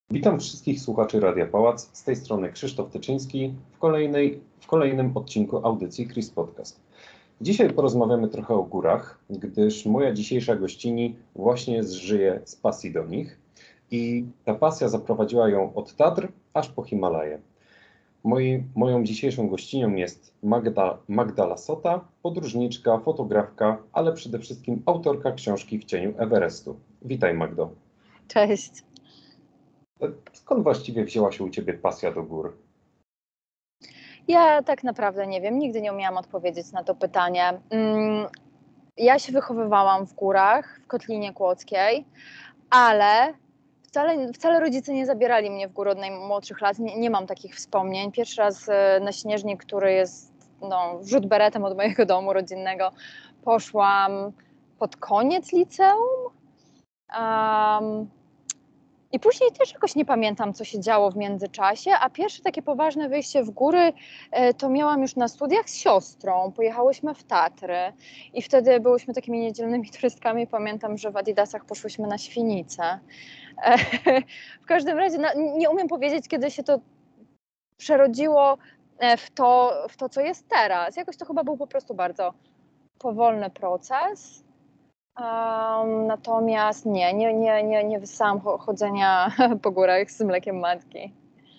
Witam wszystkich słuchaczy Radia Pałac. Z tej strony Krzysztof Tyczyński w kolejnym odcinku audycji Chris Podcast. Dzisiaj porozmawiamy trochę o górach, gdyż moja dzisiejsza gościni właśnie żyje z pasji do nich i ta pasja zaprowadziła ją od Tatr aż po Himalaje. Moją dzisiejszą gościnią jest Magda Lassota, podróżniczka, fotografka, ale przede wszystkim autorka książki W cieniu Everestu. Witaj, Magdo. Cześć. Skąd właściwie wzięła się u Ciebie pasja do gór? Ja tak naprawdę nie wiem, nigdy nie umiałam odpowiedzieć na to pytanie. Ja się wychowywałam w górach, w Kotlinie Kłodzkiej, ale wcale rodzice nie zabierali mnie w góry od najmłodszych lat. Nie mam takich wspomnień. Pierwszy raz na śnieżnik, który jest wrzut beretem od mojego domu rodzinnego, poszłam pod koniec liceum. I później też jakoś nie pamiętam, co się działo w międzyczasie, a pierwsze takie poważne wyjście w góry to miałam już na studiach z siostrą. Pojechałyśmy w Tatry i wtedy byłyśmy takimi niedzielnymi turystkami. Pamiętam, że w Adidasach poszłyśmy na Świnicę. W każdym razie nie umiem powiedzieć, kiedy się to przerodziło w to, co jest teraz. Jakoś to chyba był po prostu bardzo powolny proces. Natomiast nie wyssałam chodzenia po górach z mlekiem matki.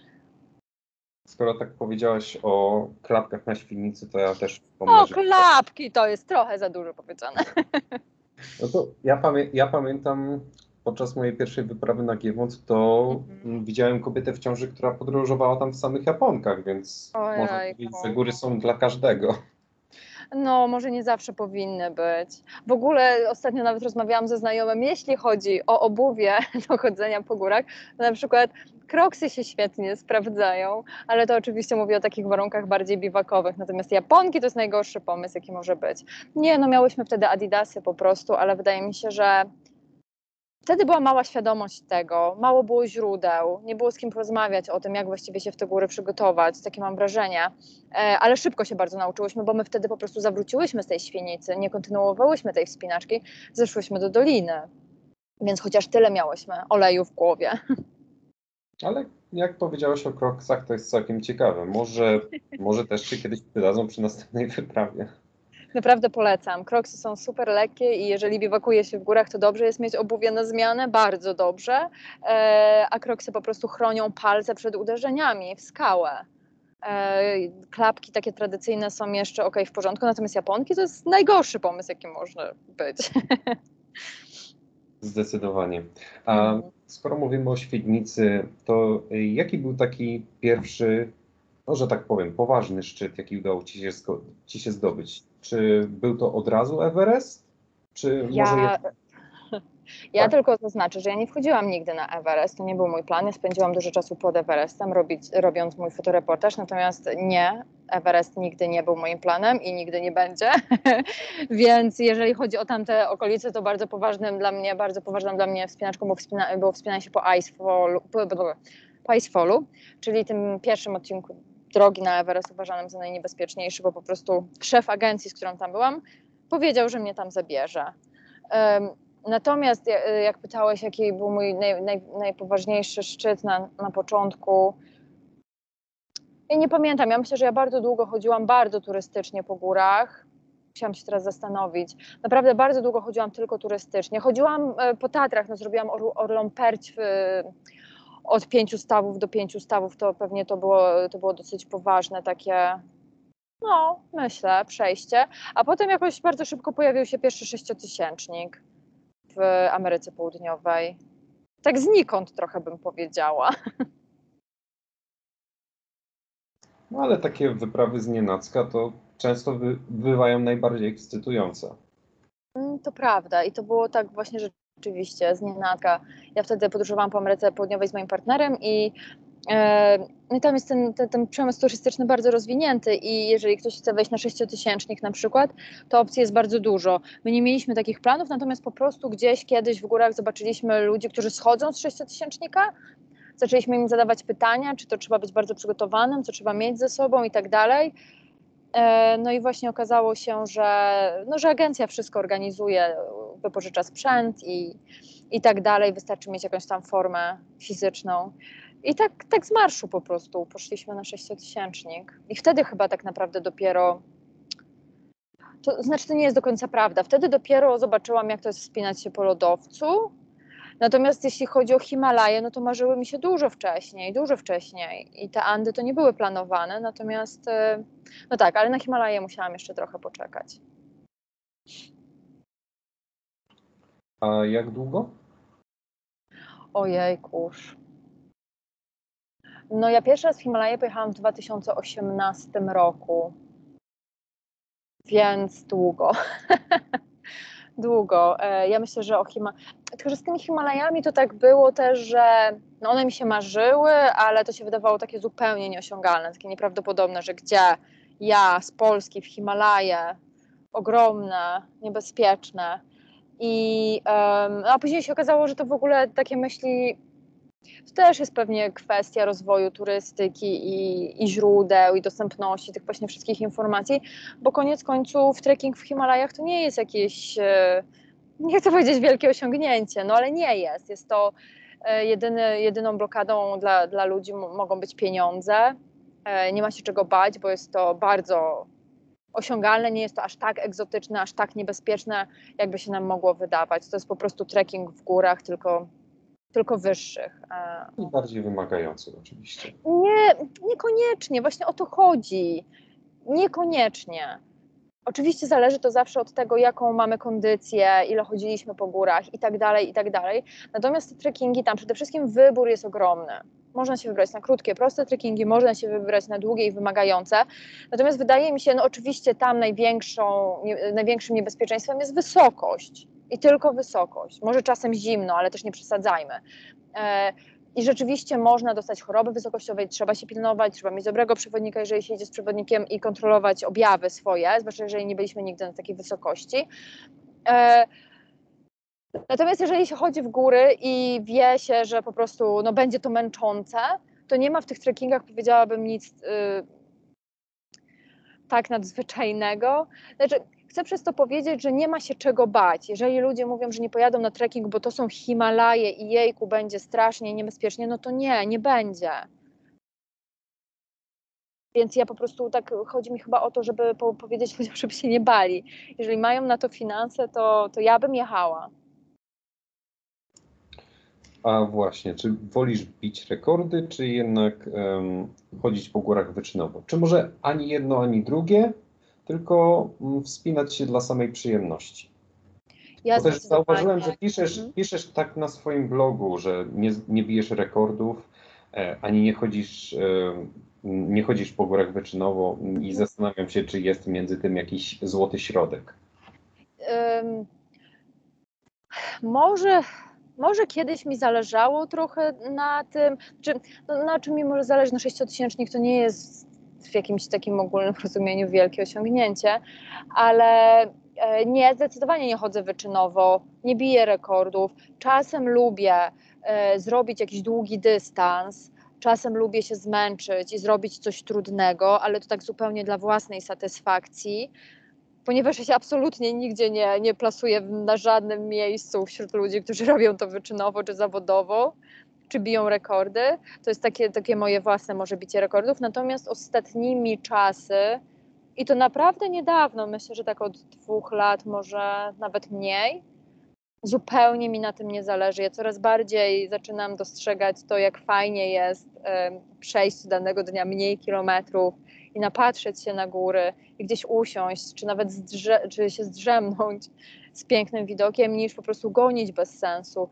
Skoro tak powiedziałaś o klapkach na Świnicy, to ja też wspomnę, że... Klapki to jest trochę za dużo powiedziane. No to ja pamiętam podczas mojej pierwszej wyprawy na Giewont, to widziałem kobietę w ciąży, która podróżowała tam w samych japonkach, więc można powiedzieć, że góry są dla każdego. No, może nie zawsze powinny być. W ogóle ostatnio nawet rozmawiałam ze znajomym, jeśli chodzi o obuwie do chodzenia po górach, to na przykład kroksy się świetnie sprawdzają, ale to oczywiście mówię o takich warunkach bardziej biwakowych, natomiast japonki to jest najgorszy pomysł, jaki może być. Miałyśmy wtedy adidasy po prostu, ale wydaje mi się, że wtedy była mała świadomość tego, mało było źródeł, nie było z kim porozmawiać o tym, jak właściwie się w te góry przygotować, takie mam wrażenie, ale szybko się bardzo nauczyłyśmy, bo my wtedy po prostu zawróciłyśmy z tej Świnicy, nie kontynuowałyśmy tej wspinaczki, zeszłyśmy do doliny, więc chociaż tyle miałyśmy oleju w głowie. Ale jak powiedziałaś o kroksach, to jest całkiem ciekawe. Może też się kiedyś przydadzą przy następnej wyprawie. Naprawdę polecam. Kroksy są super lekkie i jeżeli biwakuje się w górach, to dobrze jest mieć obuwie na zmianę, bardzo dobrze, a kroksy po prostu chronią palce przed uderzeniami w skałę. Klapki takie tradycyjne są jeszcze ok, w porządku, natomiast japonki to jest najgorszy pomysł, jaki może być. Zdecydowanie. A skoro mówimy o Świdnicy, to jaki był taki pierwszy, no, że tak powiem, poważny szczyt, jaki udało Ci się zdobyć? Czy był to od razu Everest? Czy może Ja tylko zaznaczę, że ja nie wchodziłam nigdy na Everest, to nie był mój plan. Ja spędziłam dużo czasu pod Everestem, robiąc mój fotoreportaż, natomiast nie, Everest nigdy nie był moim planem i nigdy nie będzie. Więc jeżeli chodzi o tamte okolice, to bardzo poważną dla mnie wspinaczką było wspinanie się po Icefallu, czyli tym pierwszym odcinku drogi na Everest uważanym za najniebezpieczniejszy, bo po prostu szef agencji, z którą tam byłam, powiedział, że mnie tam zabierze. Natomiast jak pytałeś, jaki był mój najpoważniejszy szczyt na początku, ja nie pamiętam. Ja myślę, że ja bardzo długo chodziłam bardzo turystycznie po górach. Musiałam się teraz zastanowić. Naprawdę bardzo długo chodziłam tylko turystycznie. Chodziłam po Tatrach, zrobiłam Orlą Perć od 5 stawów do 5 stawów. To pewnie to było dosyć poważne takie, myślę, przejście. A potem jakoś bardzo szybko pojawił się pierwszy 6-tysięcznik w Ameryce Południowej. Tak znikąd trochę bym powiedziała. No ale takie wyprawy znienacka to często bywają najbardziej ekscytujące. To prawda i to było tak właśnie rzeczywiście znienacka. Ja wtedy podróżowałam po Ameryce Południowej z moim partnerem i tam jest ten przemysł turystyczny bardzo rozwinięty i jeżeli ktoś chce wejść na 6-tysięcznik na przykład, to opcji jest bardzo dużo. My nie mieliśmy takich planów, natomiast po prostu gdzieś kiedyś w górach zobaczyliśmy ludzi, którzy schodzą z 6-tysięcznika. Zaczęliśmy im zadawać pytania, czy to trzeba być bardzo przygotowanym, co trzeba mieć ze sobą i tak dalej. No i właśnie okazało się, że agencja wszystko organizuje, wypożycza sprzęt i tak dalej. Wystarczy mieć jakąś tam formę fizyczną. I tak z marszu po prostu poszliśmy na 6-tysięcznik. I wtedy chyba tak naprawdę dopiero, to znaczy to nie jest do końca prawda, wtedy dopiero zobaczyłam, jak to jest wspinać się po lodowcu. Natomiast jeśli chodzi o Himalaje, no to marzyły mi się dużo wcześniej. I te Andy to nie były planowane, natomiast no tak, ale na Himalaje musiałam jeszcze trochę poczekać. A jak długo? Ojejkuż. No ja pierwszy raz w Himalaje pojechałam w 2018 roku, więc długo. Długo. Ja myślę, że tylko że z tymi Himalajami to tak było też, że no one mi się marzyły, ale to się wydawało takie zupełnie nieosiągalne, takie nieprawdopodobne, że gdzie ja z Polski w Himalaje, ogromne, niebezpieczne. A później się okazało, że to w ogóle takie myśli, to też jest pewnie kwestia rozwoju turystyki i źródeł, i dostępności tych właśnie wszystkich informacji, bo koniec końców trekking w Himalajach to nie jest jakieś, nie chcę powiedzieć wielkie osiągnięcie, no ale nie jest. Jest to jedyną blokadą dla ludzi mogą być pieniądze. Nie ma się czego bać, bo jest to bardzo osiągalne, nie jest to aż tak egzotyczne, aż tak niebezpieczne, jakby się nam mogło wydawać. To jest po prostu trekking w górach, tylko wyższych. I bardziej wymagający oczywiście. Niekoniecznie, właśnie o to chodzi. Niekoniecznie. Oczywiście zależy to zawsze od tego, jaką mamy kondycję, ile chodziliśmy po górach i tak dalej, i tak dalej. Natomiast te trekkingi, tam przede wszystkim wybór jest ogromny. Można się wybrać na krótkie, proste trekkingi, można się wybrać na długie i wymagające. Natomiast wydaje mi się, no oczywiście tam największym niebezpieczeństwem jest wysokość. I tylko wysokość. Może czasem zimno, ale też nie przesadzajmy. I rzeczywiście można dostać choroby wysokościowej, trzeba się pilnować, trzeba mieć dobrego przewodnika, jeżeli się idzie z przewodnikiem, i kontrolować objawy swoje, zwłaszcza jeżeli nie byliśmy nigdy na takiej wysokości. Natomiast jeżeli się chodzi w góry i wie się, że po prostu no, będzie to męczące, to nie ma w tych trekkingach, powiedziałabym, nic tak nadzwyczajnego. Znaczy, chcę przez to powiedzieć, że nie ma się czego bać. Jeżeli ludzie mówią, że nie pojadą na trekking, bo to są Himalaje i jejku, będzie strasznie niebezpiecznie, no to nie będzie. Więc ja po prostu tak, chodzi mi chyba o to, żeby powiedzieć ludziom, żeby się nie bali. Jeżeli mają na to finanse, to ja bym jechała. A właśnie, czy wolisz bić rekordy, czy jednak chodzić po górach wyczynowo? Czy może ani jedno, ani drugie, tylko wspinać się dla samej przyjemności? Bo też zauważyłem, że piszesz tak na swoim blogu, że nie bijesz rekordów, ani nie chodzisz po górach wyczynowo, i zastanawiam się, czy jest między tym jakiś złoty środek. Może kiedyś mi zależało trochę na tym, na czym mi może zależy, no 6-tysięcznik to nie jest w jakimś takim ogólnym rozumieniu wielkie osiągnięcie, ale nie, zdecydowanie nie chodzę wyczynowo, nie biję rekordów. Czasem lubię zrobić jakiś długi dystans, czasem lubię się zmęczyć i zrobić coś trudnego, ale to tak zupełnie dla własnej satysfakcji, ponieważ ja się absolutnie nigdzie nie plasuję na żadnym miejscu wśród ludzi, którzy robią to wyczynowo czy zawodowo, czy biją rekordy. To jest takie moje własne może bicie rekordów. Natomiast ostatnimi czasy, i to naprawdę niedawno, myślę, że tak od 2 lat, może nawet mniej, zupełnie mi na tym nie zależy. Ja coraz bardziej zaczynam dostrzegać to, jak fajnie jest przejść danego dnia mniej kilometrów i napatrzeć się na góry i gdzieś usiąść, czy nawet czy się zdrzemnąć z pięknym widokiem, niż po prostu gonić bez sensu.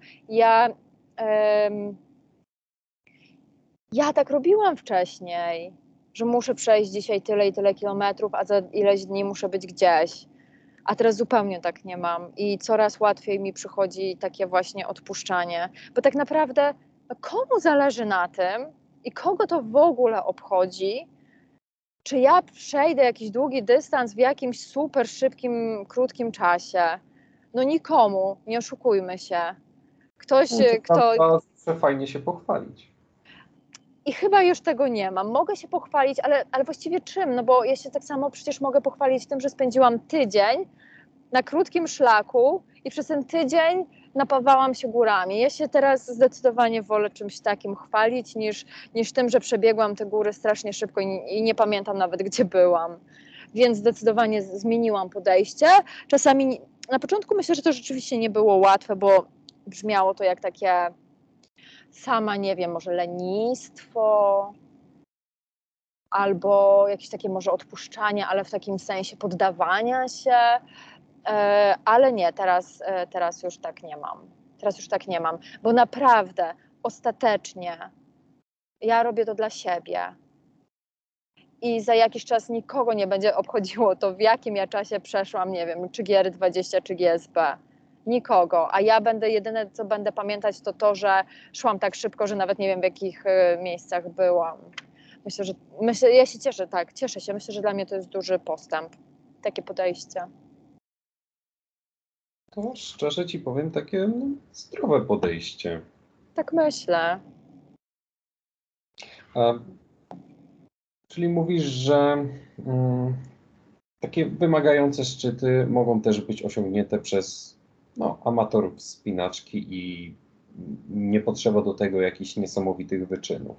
Ja tak robiłam wcześniej, że muszę przejść dzisiaj tyle i tyle kilometrów, a za ileś dni muszę być gdzieś. A teraz zupełnie tak nie mam i coraz łatwiej mi przychodzi takie właśnie odpuszczanie, bo tak naprawdę komu zależy na tym i kogo to w ogóle obchodzi, czy ja przejdę jakiś długi dystans w jakimś super szybkim, krótkim czasie? No nikomu, nie oszukujmy się. Ktoś, kto... Fajnie się pochwalić. I chyba już tego nie mam. Mogę się pochwalić, ale właściwie czym? No bo ja się tak samo przecież mogę pochwalić tym, że spędziłam tydzień na krótkim szlaku i przez ten tydzień napawałam się górami. Ja się teraz zdecydowanie wolę czymś takim chwalić, niż tym, że przebiegłam te góry strasznie szybko i nie pamiętam nawet, gdzie byłam. Więc zdecydowanie zmieniłam podejście. Czasami na początku myślę, że to rzeczywiście nie było łatwe, bo brzmiało to jak takie sama, nie wiem, może lenistwo, albo jakieś takie może odpuszczanie, ale w takim sensie poddawania się. Ale nie, teraz już tak nie mam. Teraz już tak nie mam, bo naprawdę, ostatecznie ja robię to dla siebie. I za jakiś czas nikogo nie będzie obchodziło to, w jakim ja czasie przeszłam, nie wiem, czy GR20, czy GSB. Nikogo. A ja jedyne co będę pamiętać, to to, że szłam tak szybko, że nawet nie wiem, w jakich miejscach byłam. Ja się cieszę, tak, cieszę się. Myślę, że dla mnie to jest duży postęp. Takie podejście. To szczerze ci powiem, takie zdrowe podejście. Tak myślę. Czyli mówisz, że takie wymagające szczyty mogą też być osiągnięte przez amatorów wspinaczki i nie potrzeba do tego jakichś niesamowitych wyczynów.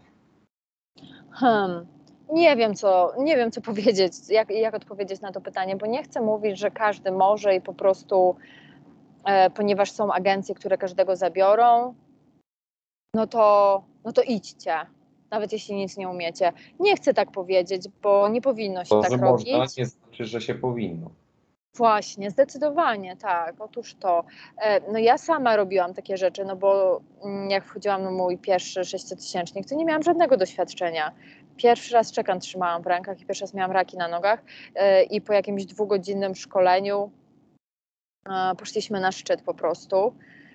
Nie wiem, co powiedzieć, jak odpowiedzieć na to pytanie, bo nie chcę mówić, że każdy może i po prostu, ponieważ są agencje, które każdego zabiorą, no to idźcie, nawet jeśli nic nie umiecie. Nie chcę tak powiedzieć, bo nie powinno się To, tak że robić. można, nie znaczy, że się powinno. Właśnie, zdecydowanie tak. Otóż to. No ja sama robiłam takie rzeczy, no bo jak wchodziłam na mój pierwszy 6-tysięcznik, to nie miałam żadnego doświadczenia. Pierwszy raz czekan trzymałam w rękach i pierwszy raz miałam raki na nogach i po jakimś 2-godzinnym szkoleniu poszliśmy na szczyt po prostu.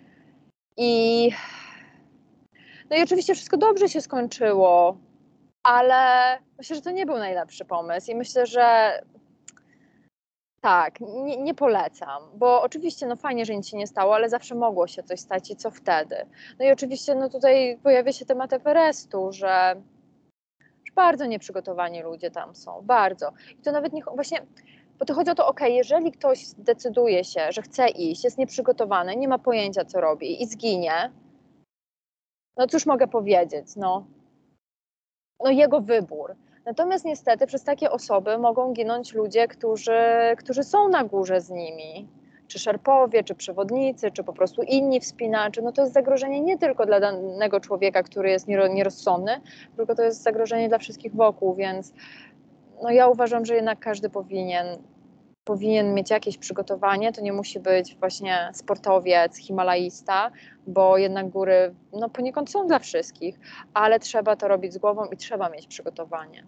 No i oczywiście wszystko dobrze się skończyło, ale myślę, że to nie był najlepszy pomysł i myślę, że tak, nie polecam, bo oczywiście no fajnie, że nic się nie stało, ale zawsze mogło się coś stać i co wtedy? No i oczywiście no tutaj pojawia się temat Everestu, że bardzo nieprzygotowani ludzie tam są, bardzo. I to nawet nie, właśnie, bo to chodzi o to, jeżeli ktoś zdecyduje się, że chce iść, jest nieprzygotowany, nie ma pojęcia co robi i zginie, no cóż mogę powiedzieć, no jego wybór. Natomiast niestety przez takie osoby mogą ginąć ludzie, którzy są na górze z nimi. Czy szerpowie, czy przewodnicy, czy po prostu inni wspinacze. No to jest zagrożenie nie tylko dla danego człowieka, który jest nierozsądny, tylko to jest zagrożenie dla wszystkich wokół, więc no ja uważam, że jednak każdy powinien mieć jakieś przygotowanie. To nie musi być właśnie sportowiec, himalaista, bo jednak góry no poniekąd są dla wszystkich, ale trzeba to robić z głową i trzeba mieć przygotowanie.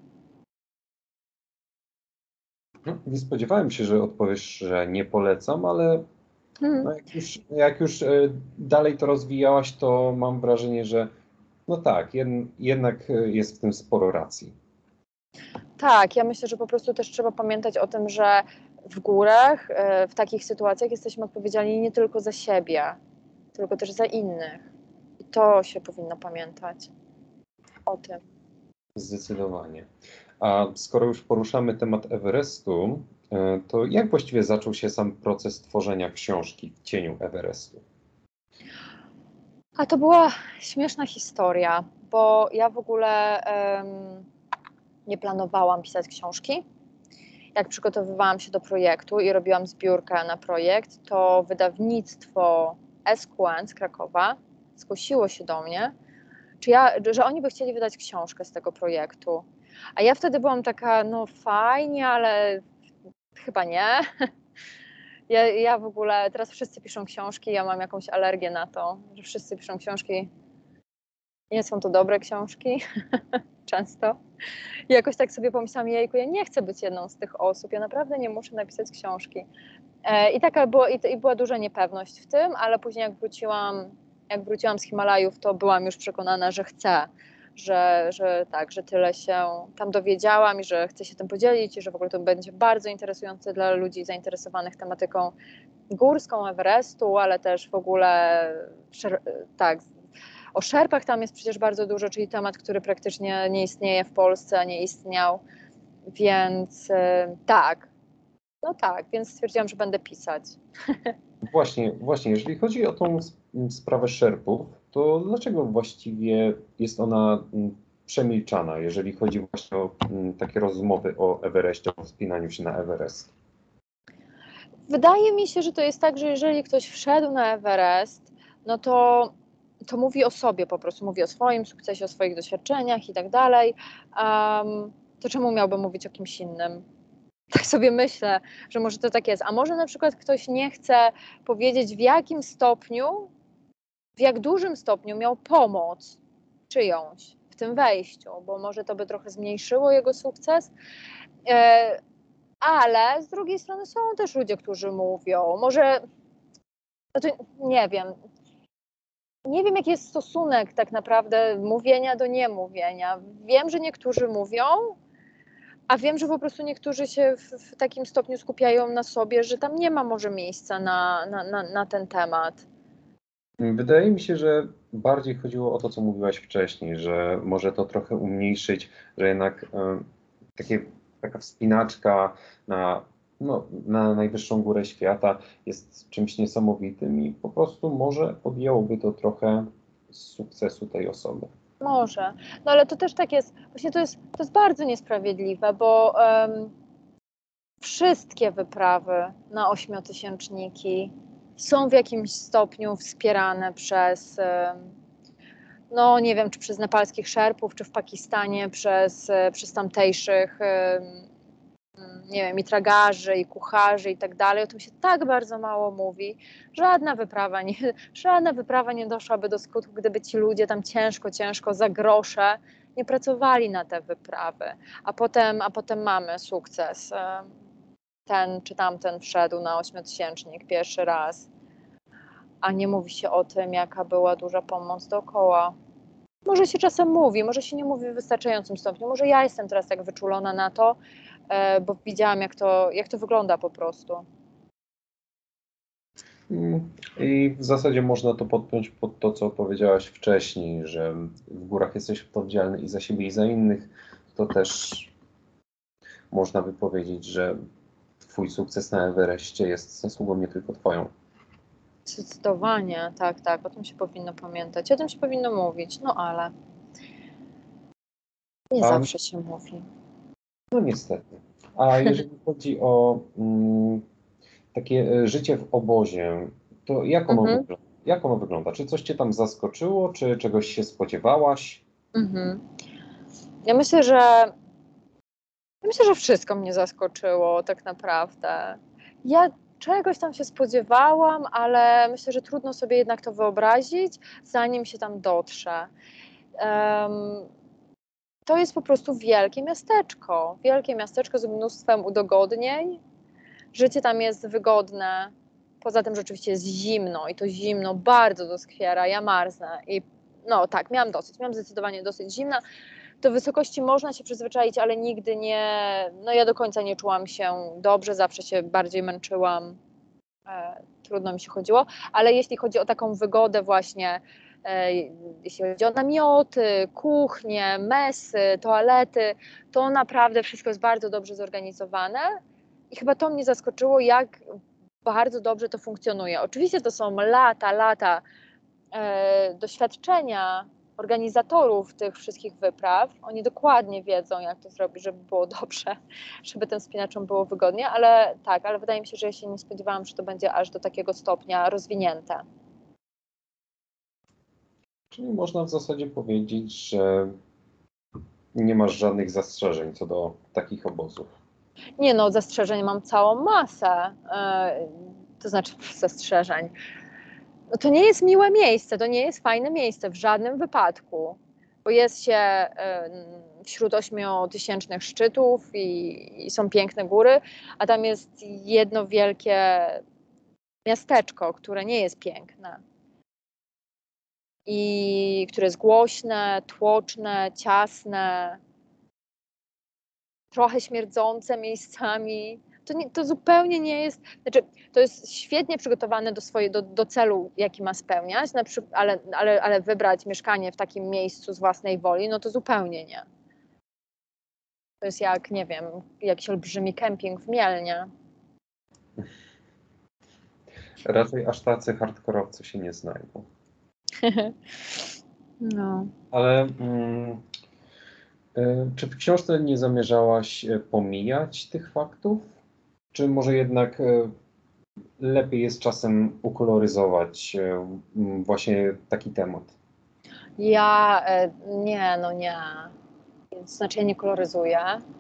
Nie spodziewałem się, że odpowiesz, że nie polecam, ale no jak już dalej to rozwijałaś, to mam wrażenie, że no tak, jednak jest w tym sporo racji. Tak, ja myślę, że po prostu też trzeba pamiętać o tym, że w górach, w takich sytuacjach jesteśmy odpowiedzialni nie tylko za siebie, tylko też za innych. I to się powinno pamiętać o tym. Zdecydowanie. A skoro już poruszamy temat Everestu, to jak właściwie zaczął się sam proces tworzenia książki w cieniu Everestu? A to była śmieszna historia, bo ja w ogóle nie planowałam pisać książki. Jak przygotowywałam się do projektu i robiłam zbiórkę na projekt, to wydawnictwo SQN z Krakowa zgłosiło się do mnie, że oni by chcieli wydać książkę z tego projektu. A ja wtedy byłam taka, no fajnie, ale chyba nie. Ja w ogóle, teraz wszyscy piszą książki, ja mam jakąś alergię na to, że wszyscy piszą książki. Nie są to dobre książki, często. I jakoś tak sobie pomyślałam, jejku, ja nie chcę być jedną z tych osób, ja naprawdę nie muszę napisać książki. I była duża niepewność w tym, ale później jak wróciłam z Himalajów, to byłam już przekonana, że chcę, że tak, że tyle się tam dowiedziałam i że chcę się tym podzielić i że w ogóle to będzie bardzo interesujące dla ludzi zainteresowanych tematyką górską, Everestu, ale też w ogóle tak, o szerpach tam jest przecież bardzo dużo, czyli temat, który praktycznie nie istnieje w Polsce, nie istniał, więc tak. No tak, więc stwierdziłam, że będę pisać. Właśnie, jeżeli chodzi o tą sprawę Sherpów, to dlaczego właściwie jest ona przemilczana, jeżeli chodzi właśnie o takie rozmowy o Everestie, o wspinaniu się na Everest? Wydaje mi się, że to jest tak, że jeżeli ktoś wszedł na Everest, no to mówi o sobie po prostu, mówi o swoim sukcesie, o swoich doświadczeniach i tak dalej. To czemu miałby mówić o kimś innym? Tak sobie myślę, że może to tak jest. A może na przykład ktoś nie chce powiedzieć, w jakim stopniu, w jak dużym stopniu miał pomoc czyjąś w tym wejściu, bo może to by trochę zmniejszyło jego sukces. Ale z drugiej strony są też ludzie, którzy mówią, może, no to nie wiem, jaki jest stosunek tak naprawdę mówienia do niemówienia. Wiem, że niektórzy mówią, a wiem, że po prostu niektórzy się w takim stopniu skupiają na sobie, że tam nie ma może miejsca na ten temat. Wydaje mi się, że bardziej chodziło o to, co mówiłaś wcześniej, że może to trochę umniejszyć, że jednak taka wspinaczka na najwyższą górę świata jest czymś niesamowitym i po prostu może odjęłoby to trochę z sukcesu tej osoby. Może. No ale to też tak jest, właśnie to jest bardzo niesprawiedliwe, bo wszystkie wyprawy na ośmiotysięczniki są w jakimś stopniu wspierane przez, no nie wiem, czy przez nepalskich szerpów, czy w Pakistanie przez tamtejszych, nie wiem, i tragarzy, i kucharzy i tak dalej. O tym się tak bardzo mało mówi. Żadna wyprawa nie doszłaby do skutku, gdyby ci ludzie tam ciężko za grosze nie pracowali na te wyprawy. A potem mamy sukces. Ten czy tamten wszedł na ośmiotysięcznik pierwszy raz, a nie mówi się o tym, jaka była duża pomoc dookoła. Może się czasem mówi, może się nie mówi w wystarczającym stopniu. Może ja jestem teraz tak wyczulona na to, bo widziałam, jak to wygląda po prostu. I w zasadzie można to podpiąć pod to, co powiedziałaś wcześniej, że w górach jesteś odpowiedzialny i za siebie, i za innych. To też można by powiedzieć, że twój sukces na Everestie jest zasługą nie tylko twoją. Zdecydowanie, tak, o tym się powinno pamiętać, o tym się powinno mówić, no ale nie zawsze się mówi. No niestety. A jeżeli chodzi o takie życie w obozie, to jak ono wygląda? Czy coś cię tam zaskoczyło, czy czegoś się spodziewałaś? Ja myślę, że wszystko mnie zaskoczyło tak naprawdę. Ja czegoś tam się spodziewałam, ale myślę, że trudno sobie jednak to wyobrazić, zanim się tam dotrze. To jest po prostu wielkie miasteczko z mnóstwem udogodnień. Życie tam jest wygodne, poza tym rzeczywiście jest zimno i to zimno bardzo doskwiera, ja marznę i no tak, miałam zdecydowanie dosyć zimna. Do wysokości można się przyzwyczaić, ale nigdy nie, no ja do końca nie czułam się dobrze, zawsze się bardziej męczyłam, trudno mi się chodziło, ale jeśli chodzi o taką wygodę właśnie, jeśli chodzi o namioty, kuchnie, mesy, toalety, to naprawdę wszystko jest bardzo dobrze zorganizowane i chyba to mnie zaskoczyło, jak bardzo dobrze to funkcjonuje. Oczywiście to są lata doświadczenia organizatorów tych wszystkich wypraw. Oni dokładnie wiedzą, jak to zrobić, żeby było dobrze, żeby tym wspinaczom było wygodnie, ale tak, ale wydaje mi się, że ja się nie spodziewałam, że to będzie aż do takiego stopnia rozwinięte. Czyli można w zasadzie powiedzieć, że nie masz żadnych zastrzeżeń co do takich obozów. Nie no, zastrzeżeń mam całą masę, to znaczy zastrzeżeń. No to nie jest miłe miejsce, to nie jest fajne miejsce w żadnym wypadku, bo jest się wśród ośmiotysięcznych szczytów i są piękne góry, a tam jest jedno wielkie miasteczko, które nie jest piękne i które jest głośne, tłoczne, ciasne, trochę śmierdzące miejscami. To zupełnie nie jest, znaczy to jest świetnie przygotowane do celu, jaki ma spełniać, ale wybrać mieszkanie w takim miejscu z własnej woli, no to zupełnie nie. To jest jak, nie wiem, jakiś olbrzymi kemping w Mielnie. Raczej aż tacy hardkorowcy się nie znajdą. No. Ale czy w książce nie zamierzałaś pomijać tych faktów? Czy może jednak lepiej jest czasem ukoloryzować właśnie taki temat? Nie. Znaczy ja nie koloryzuję.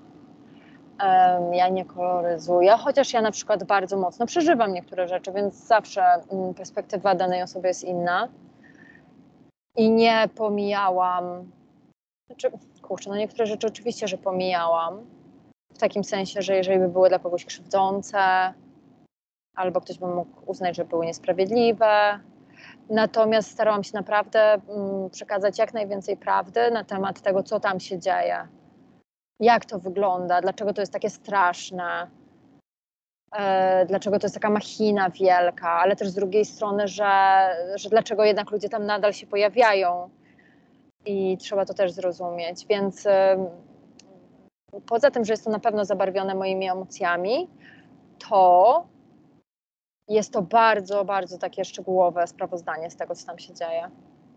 Ja nie koloryzuję, chociaż ja na przykład bardzo mocno przeżywam niektóre rzeczy, więc zawsze perspektywa danej osoby jest inna. I nie pomijałam, niektóre rzeczy oczywiście, że pomijałam, w takim sensie, że jeżeli by były dla kogoś krzywdzące, albo ktoś by mógł uznać, że były niesprawiedliwe. Natomiast starałam się naprawdę przekazać jak najwięcej prawdy na temat tego, co tam się dzieje, jak to wygląda, dlaczego to jest takie straszne, dlaczego to jest taka machina wielka, ale też z drugiej strony, że dlaczego jednak ludzie tam nadal się pojawiają i trzeba to też zrozumieć. Więc poza tym, że jest to na pewno zabarwione moimi emocjami, to jest to bardzo, bardzo takie szczegółowe sprawozdanie z tego, co tam się dzieje.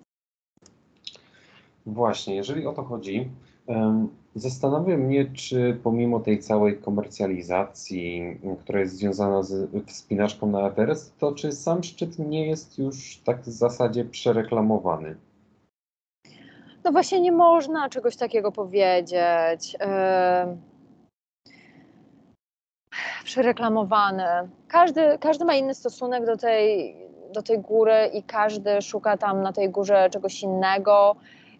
Właśnie, jeżeli o to chodzi, zastanawia mnie, czy pomimo tej całej komercjalizacji, która jest związana z wspinaczką na Everest, to czy sam szczyt nie jest już tak w zasadzie przereklamowany? No właśnie nie można czegoś takiego powiedzieć. Przereklamowany. Każdy ma inny stosunek do tej góry i każdy szuka tam na tej górze czegoś innego.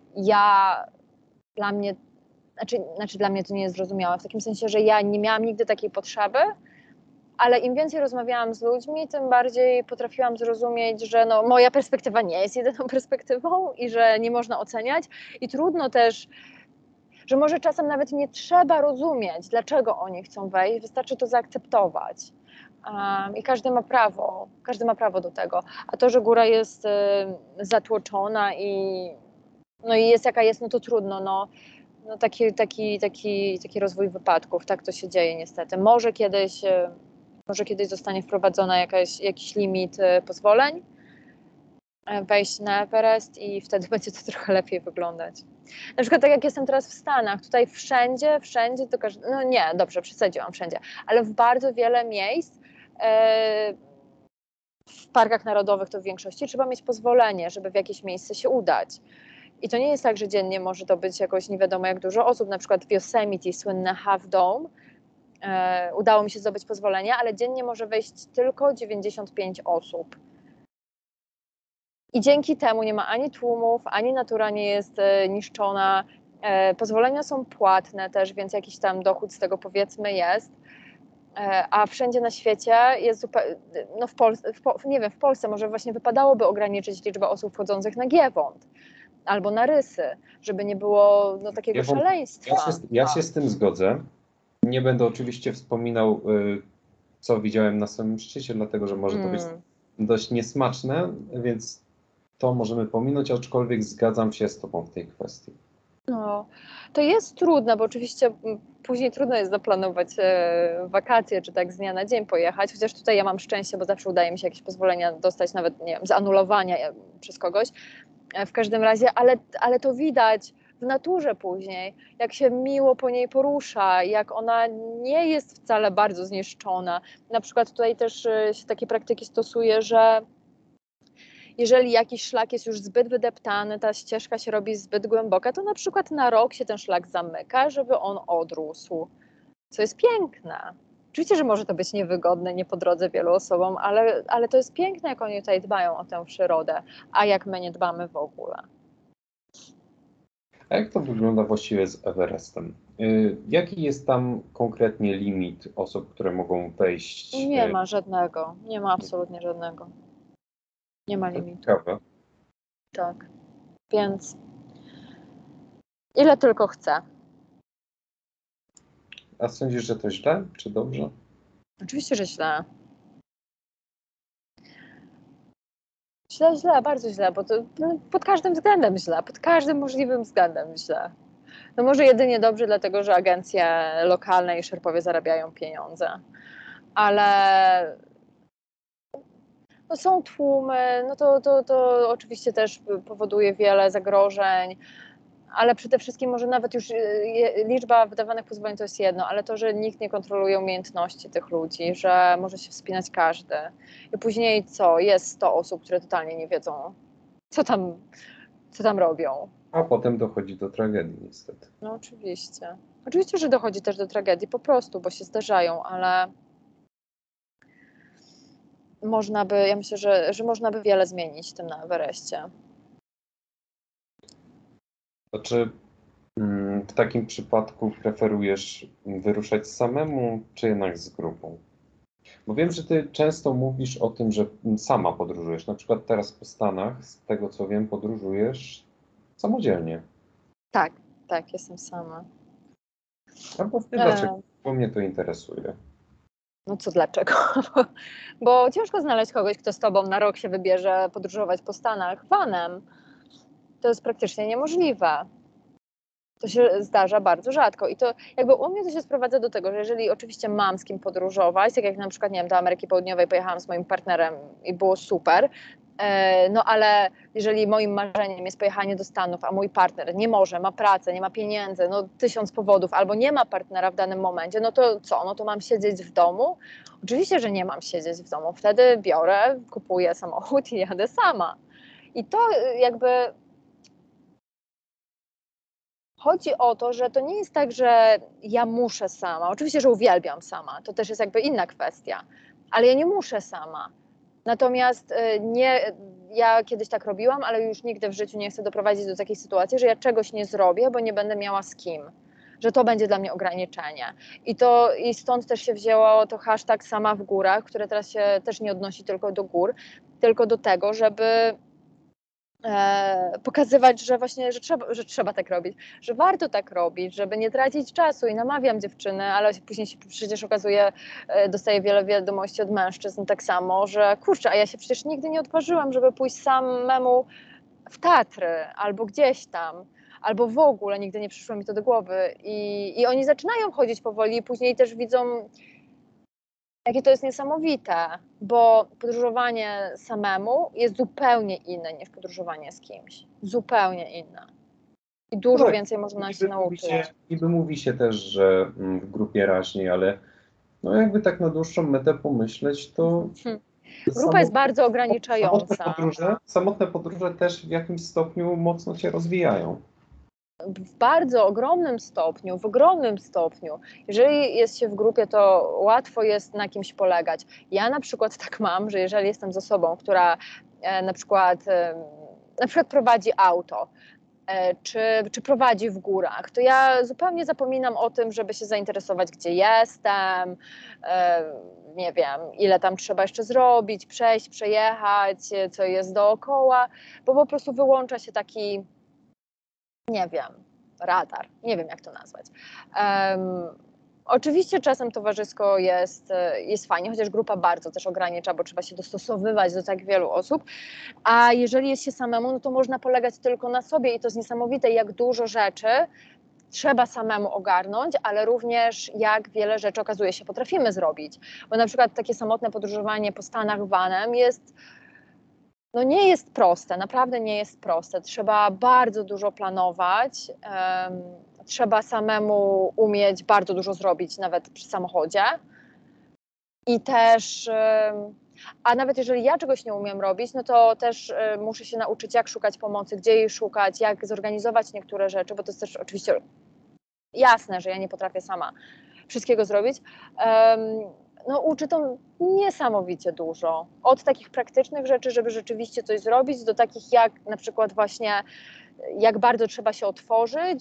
Dla mnie dla mnie to nie jest zrozumiałe, w takim sensie, że ja nie miałam nigdy takiej potrzeby, ale im więcej rozmawiałam z ludźmi, tym bardziej potrafiłam zrozumieć, że no, moja perspektywa nie jest jedyną perspektywą i że nie można oceniać i trudno też, że może czasem nawet nie trzeba rozumieć, dlaczego oni chcą wejść, wystarczy to zaakceptować. I każdy ma prawo do tego. A to, że góra jest zatłoczona i jest jaka jest, no to trudno. No taki rozwój wypadków, tak to się dzieje niestety. Może kiedyś zostanie wprowadzona jakiś limit pozwoleń wejść na Everest i wtedy będzie to trochę lepiej wyglądać. Na przykład tak jak jestem teraz w Stanach, tutaj wszędzie, no nie, dobrze, przesadziłam wszędzie, ale w bardzo wiele miejsc w parkach narodowych to w większości trzeba mieć pozwolenie, żeby w jakieś miejsce się udać. I to nie jest tak, że dziennie może to być jakoś nie wiadomo jak dużo osób, na przykład w Yosemite, słynne Half Dome, udało mi się zdobyć pozwolenie, ale dziennie może wejść tylko 95 osób. I dzięki temu nie ma ani tłumów, ani natura nie jest niszczona. Pozwolenia są płatne też, więc jakiś tam dochód z tego powiedzmy jest. A wszędzie na świecie jest zupełnie, no w Polsce może właśnie wypadałoby ograniczyć liczbę osób wchodzących na Giewont albo na Rysy, żeby nie było takiego szaleństwa. Ja się z tym zgodzę. Nie będę oczywiście wspominał, co widziałem na samym szczycie, dlatego że może to być dość niesmaczne, więc to możemy pominąć, aczkolwiek zgadzam się z Tobą w tej kwestii. No, to jest trudne, bo oczywiście później trudno jest zaplanować wakacje, czy tak z dnia na dzień pojechać, chociaż tutaj ja mam szczęście, bo zawsze udaje mi się jakieś pozwolenia dostać, nawet nie wiem, z anulowania przez kogoś. W każdym razie, ale to widać w naturze później, jak się miło po niej porusza, jak ona nie jest wcale bardzo zniszczona. Na przykład tutaj też się takie praktyki stosuje, że jeżeli jakiś szlak jest już zbyt wydeptany, ta ścieżka się robi zbyt głęboka, to na przykład na rok się ten szlak zamyka, żeby on odrósł, co jest piękne. Oczywiście, że może to być niewygodne, nie po drodze wielu osobom, ale to jest piękne, jak oni tutaj dbają o tę przyrodę, a jak my nie dbamy w ogóle. A jak to wygląda właściwie z Everestem? Jaki jest tam konkretnie limit osób, które mogą wejść? Nie ma żadnego, nie ma absolutnie żadnego. Nie ma limitu. Ciekawe. Tak, więc ile tylko chcę. A sądzisz, że to źle, czy dobrze? Oczywiście, że źle. Źle, bardzo źle, bo to pod każdym względem źle, pod każdym możliwym względem źle. No może jedynie dobrze, dlatego że agencje lokalne i szerpowie zarabiają pieniądze, ale no są tłumy, no to oczywiście też powoduje wiele zagrożeń, ale przede wszystkim może nawet już liczba wydawanych pozwoleń to jest jedno, ale to, że nikt nie kontroluje umiejętności tych ludzi, że może się wspinać każdy. I później co? Jest 100 osób, które totalnie nie wiedzą, co tam robią. A potem dochodzi do tragedii niestety. No oczywiście. Oczywiście, że dochodzi też do tragedii po prostu, bo się zdarzają, ale ja myślę, że można by wiele zmienić w tym na Everestie. To czy w takim przypadku preferujesz wyruszać samemu, czy jednak z grupą? Bo wiem, że ty często mówisz o tym, że sama podróżujesz. Na przykład teraz po Stanach, z tego co wiem, podróżujesz samodzielnie. Tak, jestem sama. A właśnie dlaczego? Bo mnie to interesuje. No co dlaczego? Bo ciężko znaleźć kogoś, kto z tobą na rok się wybierze podróżować po Stanach vanem. To jest praktycznie niemożliwe. To się zdarza bardzo rzadko i to jakby u mnie to się sprowadza do tego, że jeżeli oczywiście mam z kim podróżować, tak jak na przykład, nie wiem, do Ameryki Południowej pojechałam z moim partnerem i było super, no ale jeżeli moim marzeniem jest pojechanie do Stanów, a mój partner nie może, ma pracę, nie ma pieniędzy, no 1000 powodów, albo nie ma partnera w danym momencie, no to co? No to mam siedzieć w domu? Oczywiście, że nie mam siedzieć w domu. Wtedy biorę, kupuję samochód i jadę sama. I to jakby chodzi o to, że to nie jest tak, że ja muszę sama. Oczywiście, że uwielbiam sama. To też jest jakby inna kwestia. Ale ja nie muszę sama. Natomiast ja kiedyś tak robiłam, ale już nigdy w życiu nie chcę doprowadzić do takiej sytuacji, że ja czegoś nie zrobię, bo nie będę miała z kim. Że to będzie dla mnie ograniczenie. I stąd też się wzięło to hashtag sama w górach, które teraz się też nie odnosi tylko do gór, tylko do tego, żeby pokazywać, że właśnie, że trzeba tak robić, że warto tak robić, żeby nie tracić czasu i namawiam dziewczyny, ale później się przecież okazuje, dostaję wiele wiadomości od mężczyzn tak samo, że kurczę, a ja się przecież nigdy nie odważyłam, żeby pójść samemu w Tatry albo gdzieś tam, albo w ogóle nigdy nie przyszło mi to do głowy i oni zaczynają chodzić powoli i później też widzą, jakie to jest niesamowite, bo podróżowanie samemu jest zupełnie inne niż podróżowanie z kimś. Zupełnie inne. I dużo Tak, więcej można się nauczyć. Niby mówi się też, że w grupie raźniej, ale no jakby tak na dłuższą metę pomyśleć, to Grupa jest bardzo ograniczająca. Samotne podróże też w jakimś stopniu mocno cię rozwijają. W bardzo w ogromnym stopniu. Jeżeli jest się w grupie, to łatwo jest na kimś polegać. Ja na przykład tak mam, że jeżeli jestem z osobą, która na przykład prowadzi auto, czy prowadzi w górach, to ja zupełnie zapominam o tym, żeby się zainteresować, gdzie jestem, nie wiem, ile tam trzeba jeszcze zrobić, przejść, przejechać, co jest dookoła, bo po prostu wyłącza się taki, nie wiem, radar, nie wiem jak to nazwać. Oczywiście czasem towarzysko jest fajnie, chociaż grupa bardzo też ogranicza, bo trzeba się dostosowywać do tak wielu osób, a jeżeli jest się samemu, no to można polegać tylko na sobie i to jest niesamowite, jak dużo rzeczy trzeba samemu ogarnąć, ale również jak wiele rzeczy okazuje się potrafimy zrobić, bo na przykład takie samotne podróżowanie po Stanach vanem nie jest proste, naprawdę nie jest proste. Trzeba bardzo dużo planować, trzeba samemu umieć bardzo dużo zrobić, nawet przy samochodzie. I też, a nawet jeżeli ja czegoś nie umiem robić, no to też muszę się nauczyć, jak szukać pomocy, gdzie jej szukać, jak zorganizować niektóre rzeczy, bo to jest też oczywiście jasne, że ja nie potrafię sama wszystkiego zrobić. Uczy to niesamowicie dużo. Od takich praktycznych rzeczy, żeby rzeczywiście coś zrobić, do takich jak na przykład właśnie, jak bardzo trzeba się otworzyć,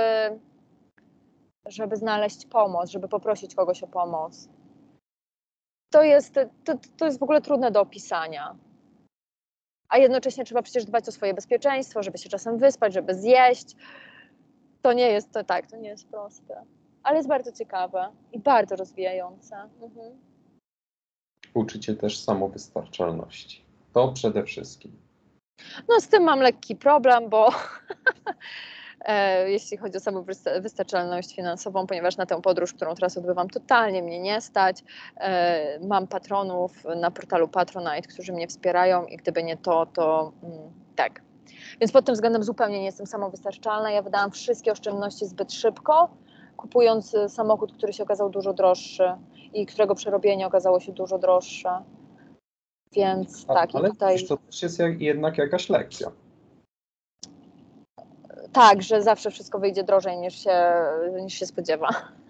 żeby znaleźć pomoc, żeby poprosić kogoś o pomoc. To jest w ogóle trudne do opisania. A jednocześnie trzeba przecież dbać o swoje bezpieczeństwo, żeby się czasem wyspać, żeby zjeść. To nie jest proste. Ale jest bardzo ciekawe i bardzo rozwijające. Uczy cię też samowystarczalności. To przede wszystkim. No z tym mam lekki problem, bo jeśli chodzi o samowystarczalność finansową, ponieważ na tę podróż, którą teraz odbywam, totalnie mnie nie stać. Mam patronów na portalu Patronite, którzy mnie wspierają i gdyby nie to tak. Więc pod tym względem zupełnie nie jestem samowystarczalna. Ja wydałam wszystkie oszczędności zbyt szybko, kupując samochód, który się okazał dużo droższy i którego przerobienie okazało się dużo droższe. Więc tak, Ale i tutaj... to też jest jednak jakaś lekcja. Tak, że zawsze wszystko wyjdzie drożej niż się spodziewa.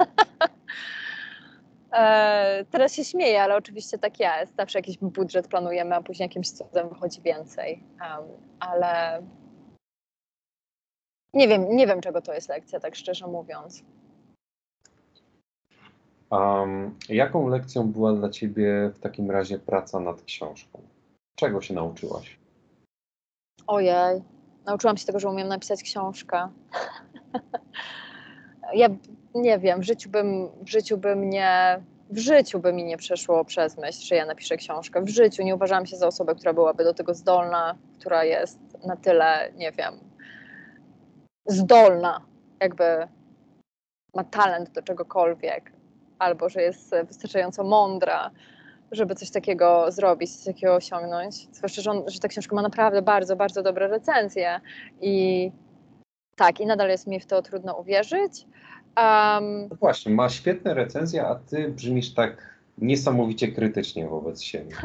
Teraz się śmieję, ale oczywiście tak jest. Zawsze jakiś budżet planujemy, a później jakimś cudem wychodzi więcej. Ale nie wiem, czego to jest lekcja, tak szczerze mówiąc. Jaką lekcją była dla Ciebie w takim razie praca nad książką? Czego się nauczyłaś? Ojej, nauczyłam się tego, że umiem napisać książkę. Ja nie wiem, w życiu by mi nie przeszło przez myśl, że ja napiszę książkę. W życiu nie uważałam się za osobę, która byłaby do tego zdolna, która jest na tyle, nie wiem, zdolna, jakby ma talent do czegokolwiek, albo że jest wystarczająco mądra, żeby coś takiego zrobić, coś takiego osiągnąć. Zwłaszcza, że ta książka ma naprawdę bardzo, bardzo dobre recenzje i tak, i nadal jest mi w to trudno uwierzyć. No właśnie, ma świetne recenzje, a Ty brzmisz tak niesamowicie krytycznie wobec siebie.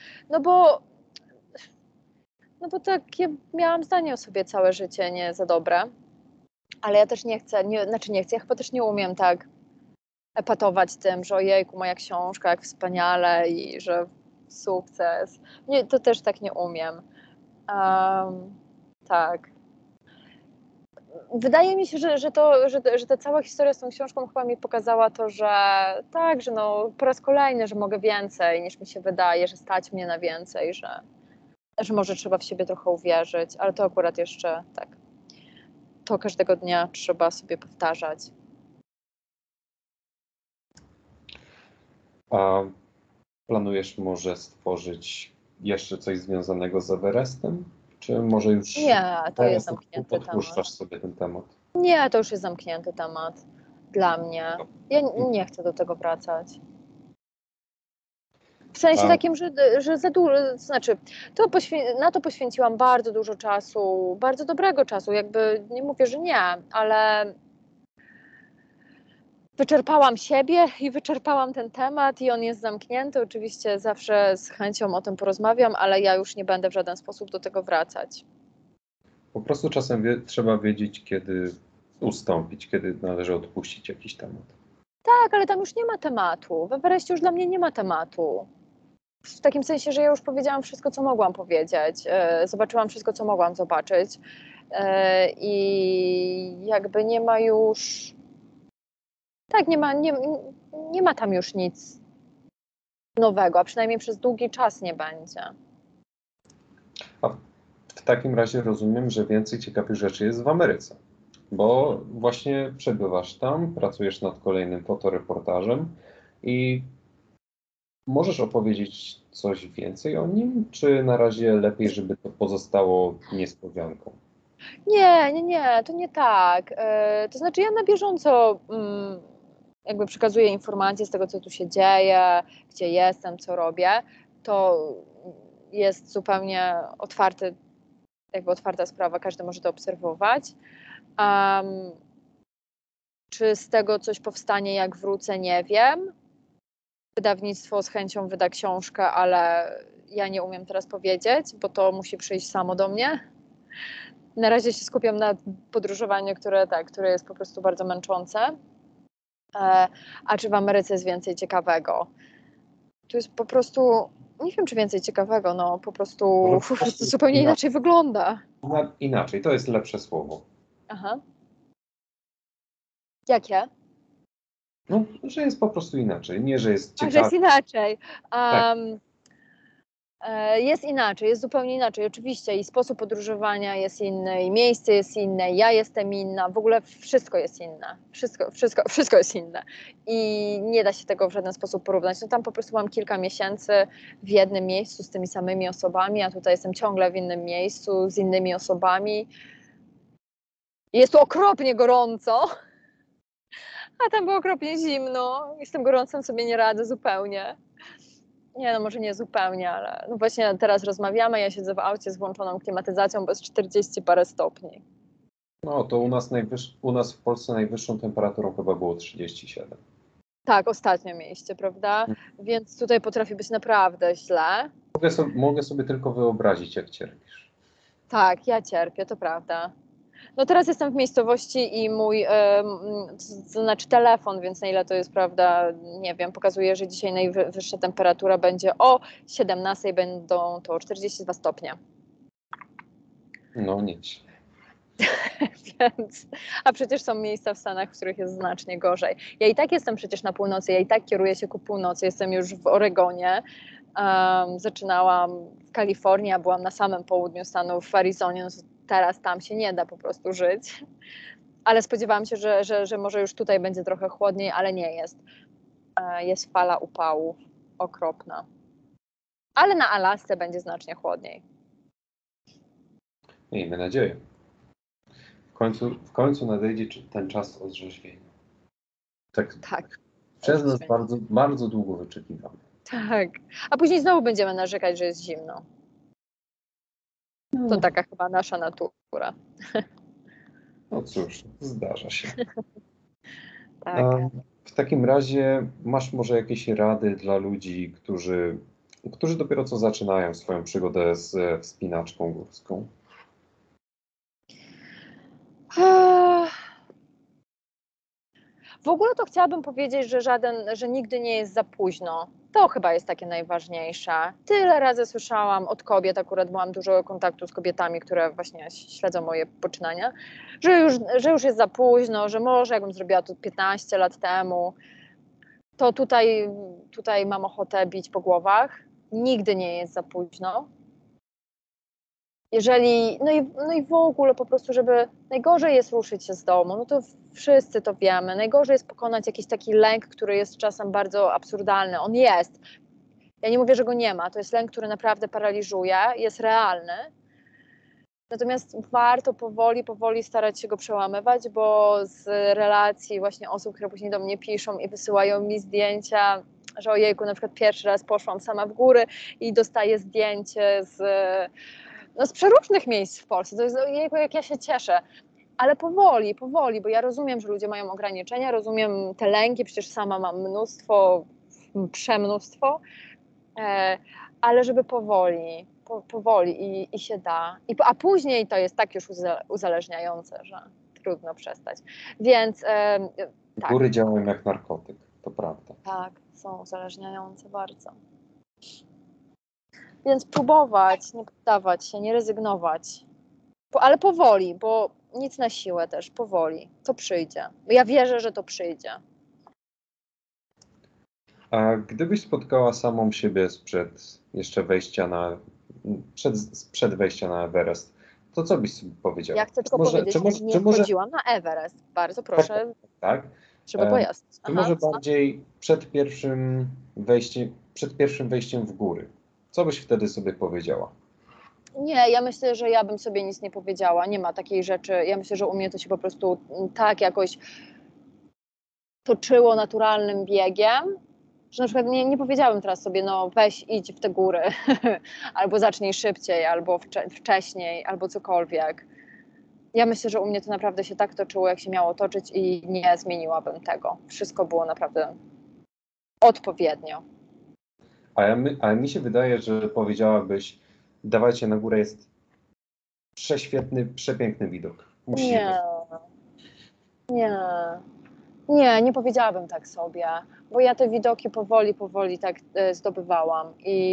No bo takie miałam zdanie o sobie całe życie nie za dobre, ale ja też nie chcę, ja chyba też nie umiem tak epatować tym, że ojejku, moja książka, jak wspaniale i że sukces. Nie, to też tak nie umiem. Tak. Wydaje mi się, że ta cała historia z tą książką chyba mi pokazała to, że tak, że no, po raz kolejny, że mogę więcej niż mi się wydaje, że stać mnie na więcej, że może trzeba w siebie trochę uwierzyć, ale to akurat jeszcze tak. To każdego dnia trzeba sobie powtarzać. A planujesz może stworzyć jeszcze coś związanego z Everestem? Czy może już Nie, to jest teraz zamknięty temat. odpuszczasz sobie ten temat? Nie, to już jest zamknięty temat dla mnie. Ja nie chcę do tego wracać. W sensie takim, że za dużo, znaczy na to poświęciłam bardzo dużo czasu, bardzo dobrego czasu, jakby nie mówię, że nie, ale wyczerpałam siebie i wyczerpałam ten temat i on jest zamknięty. Oczywiście zawsze z chęcią o tym porozmawiam, ale ja już nie będę w żaden sposób do tego wracać. Po prostu czasem trzeba wiedzieć, kiedy ustąpić, kiedy należy odpuścić jakiś temat. Tak, ale tam już nie ma tematu. W Everestie już dla mnie nie ma tematu. W takim sensie, że ja już powiedziałam wszystko, co mogłam powiedzieć. Zobaczyłam wszystko, co mogłam zobaczyć. I jakby nie ma już... Tak, nie ma tam już nic nowego, a przynajmniej przez długi czas nie będzie. A w takim razie rozumiem, że więcej ciekawych rzeczy jest w Ameryce, bo właśnie przebywasz tam, pracujesz nad kolejnym fotoreportażem i możesz opowiedzieć coś więcej o nim, czy na razie lepiej, żeby to pozostało niespodzianką? Nie, to nie tak. To znaczy ja na bieżąco jakby przekazuję informacje z tego, co tu się dzieje, gdzie jestem, co robię. To jest zupełnie otwarta sprawa, każdy może to obserwować. Czy z tego coś powstanie, jak wrócę, nie wiem. Wydawnictwo z chęcią wyda książkę, ale ja nie umiem teraz powiedzieć, bo to musi przyjść samo do mnie. Na razie się skupiam na podróżowaniu, które jest po prostu bardzo męczące. A czy w Ameryce jest więcej ciekawego? Tu jest po prostu, nie wiem czy więcej ciekawego, no po prostu zupełnie inaczej wygląda. Inaczej, to jest lepsze słowo. Aha. Jakie? No, że jest po prostu inaczej, nie, że jest ciekawe. Że jest inaczej. Tak. Jest inaczej, jest zupełnie inaczej. Oczywiście i sposób podróżowania jest inny, i miejsce jest inne, ja jestem inna, w ogóle wszystko jest inne. Wszystko jest inne. I nie da się tego w żaden sposób porównać. No tam po prostu mam kilka miesięcy w jednym miejscu z tymi samymi osobami, a tutaj jestem ciągle w innym miejscu z innymi osobami. Jest tu okropnie gorąco, a tam było okropnie zimno i z tym gorącem sobie nie radzę zupełnie. Nie, no może nie zupełnie, ale no właśnie teraz rozmawiamy, ja siedzę w aucie z włączoną klimatyzacją, bo jest 40 parę stopni. No to u nas w Polsce najwyższą temperaturą chyba było 37. Tak, ostatnio mieliście, prawda? Więc tutaj potrafi być naprawdę źle. Mogę sobie tylko wyobrazić, jak cierpisz. Tak, ja cierpię, to prawda. No teraz jestem w miejscowości i mój, to znaczy telefon, więc na ile to jest prawda, nie wiem, pokazuje, że dzisiaj najwyższa temperatura będzie o 17, będą to 42 stopnie. No nic. Więc, a przecież są miejsca w Stanach, w których jest znacznie gorzej. Ja i tak jestem przecież na północy, ja i tak kieruję się ku północy, jestem już w Oregonie, zaczynałam w Kalifornii, a byłam na samym południu Stanów, w Arizonie, no teraz tam się nie da po prostu żyć. Ale spodziewałam się, że może już tutaj będzie trochę chłodniej, ale nie jest. Jest fala upałów okropna. Ale na Alasce będzie znacznie chłodniej. Miejmy nadzieję. W końcu nadejdzie ten czas orzeźwienia. Tak. Przez nas bardzo, bardzo długo wyczekiwamy. Tak. A później znowu będziemy narzekać, że jest zimno. To taka chyba nasza natura. No cóż, zdarza się. Tak. W takim razie masz może jakieś rady dla ludzi, którzy dopiero co zaczynają swoją przygodę z wspinaczką górską? W ogóle to chciałabym powiedzieć, że nigdy nie jest za późno. To chyba jest takie najważniejsze. Tyle razy słyszałam od kobiet, akurat miałam dużo kontaktu z kobietami, które właśnie śledzą moje poczynania, że już jest za późno, że może jakbym zrobiła to 15 lat temu, to tutaj mam ochotę bić po głowach. Nigdy nie jest za późno. No i w ogóle po prostu, najgorzej jest ruszyć się z domu, no to wszyscy to wiemy, najgorzej jest pokonać jakiś taki lęk, który jest czasem bardzo absurdalny, on jest, ja nie mówię, że go nie ma, to jest lęk, który naprawdę paraliżuje, jest realny, natomiast warto powoli starać się go przełamywać, bo z relacji właśnie osób, które później do mnie piszą i wysyłają mi zdjęcia, że ojejku, na przykład pierwszy raz poszłam sama w góry i dostaję zdjęcie z przeróżnych miejsc w Polsce. To jest, ojejku, jak ja się cieszę. Ale powoli, bo ja rozumiem, że ludzie mają ograniczenia, rozumiem te lęki, przecież sama mam przemnóstwo, ale żeby powoli i się da. A później to jest tak już uzależniające, że trudno przestać. Więc tak. Góry działają jak narkotyk, to prawda. Tak, są uzależniające bardzo. Więc próbować, nie poddawać się, nie rezygnować. Ale powoli, bo nic na siłę też, powoli. To przyjdzie. Ja wierzę, że to przyjdzie. A gdybyś spotkała samą siebie przed wejścia na Everest, to co byś sobie powiedziała? Ja chcę tylko powiedzieć, że nie wchodziłam na Everest. Bardzo proszę, tak? żeby pojasnić. Czy może bardziej przed pierwszym wejściem w góry? Co byś wtedy sobie powiedziała? Nie, ja myślę, że ja bym sobie nic nie powiedziała. Nie ma takiej rzeczy. Ja myślę, że u mnie to się po prostu tak jakoś toczyło naturalnym biegiem, że na przykład nie powiedziałabym teraz sobie, no weź idź w te góry, albo zacznij szybciej, albo wcześniej, albo cokolwiek. Ja myślę, że u mnie to naprawdę się tak toczyło, jak się miało toczyć i nie zmieniłabym tego. Wszystko było naprawdę odpowiednio. A mi się wydaje, że powiedziałabyś, dawajcie na górę, jest prześwietny, przepiękny widok. Nie powiedziałabym tak sobie, bo ja te widoki powoli tak zdobywałam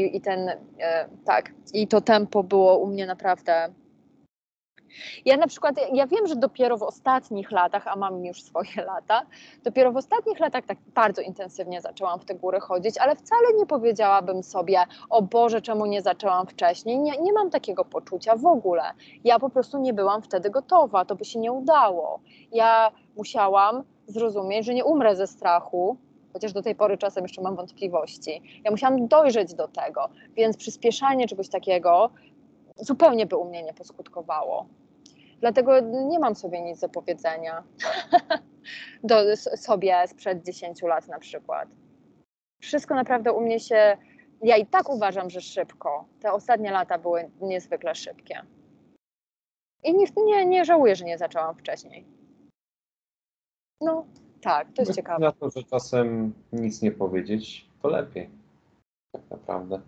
i to tempo było u mnie naprawdę. Ja na przykład, ja wiem, że dopiero w ostatnich latach, a mam już swoje lata, dopiero w ostatnich latach tak bardzo intensywnie zaczęłam w te góry chodzić, ale wcale nie powiedziałabym sobie, o Boże, czemu nie zaczęłam wcześniej. Nie mam takiego poczucia w ogóle. Ja po prostu nie byłam wtedy gotowa, to by się nie udało. Ja musiałam zrozumieć, że nie umrę ze strachu, chociaż do tej pory czasem jeszcze mam wątpliwości. Ja musiałam dojrzeć do tego, więc przyspieszanie czegoś takiego zupełnie by u mnie nie poskutkowało. Dlatego nie mam sobie nic do powiedzenia sobie sprzed 10 lat na przykład. Wszystko naprawdę u mnie się, ja i tak uważam, że szybko. Te ostatnie lata były niezwykle szybkie. I nie żałuję, że nie zaczęłam wcześniej. No, tak, to jest ciekawe. Na to, że czasem nic nie powiedzieć, to lepiej. Tak naprawdę.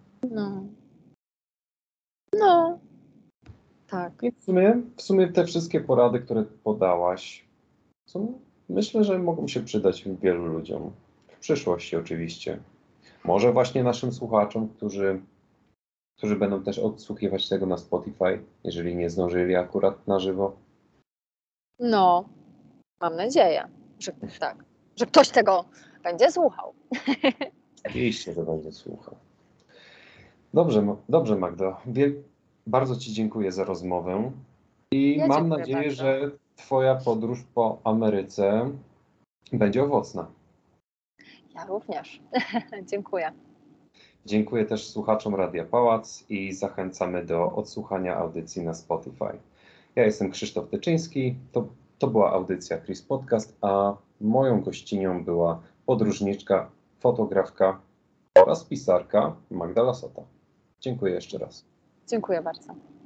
No, tak. I w sumie te wszystkie porady, które podałaś, myślę, że mogą się przydać wielu ludziom. W przyszłości oczywiście. Może właśnie naszym słuchaczom, którzy będą też odsłuchiwać tego na Spotify, jeżeli nie zdążyli akurat na żywo. No, mam nadzieję, że tak, że ktoś tego będzie słuchał. Oczywiście, że będzie słuchał. Dobrze Magdo. Bardzo Ci dziękuję za rozmowę i Ja mam dziękuję nadzieję, bardzo. że Twoja podróż po Ameryce będzie owocna. Ja również. Dziękuję. Dziękuję też słuchaczom Radia Pałac i zachęcamy do odsłuchania audycji na Spotify. Ja jestem Krzysztof Tyczyński, to była audycja Chris Podcast, a moją gościnią była podróżniczka, fotografka oraz pisarka Magda Lasota. Dziękuję jeszcze raz. Dziękuję bardzo.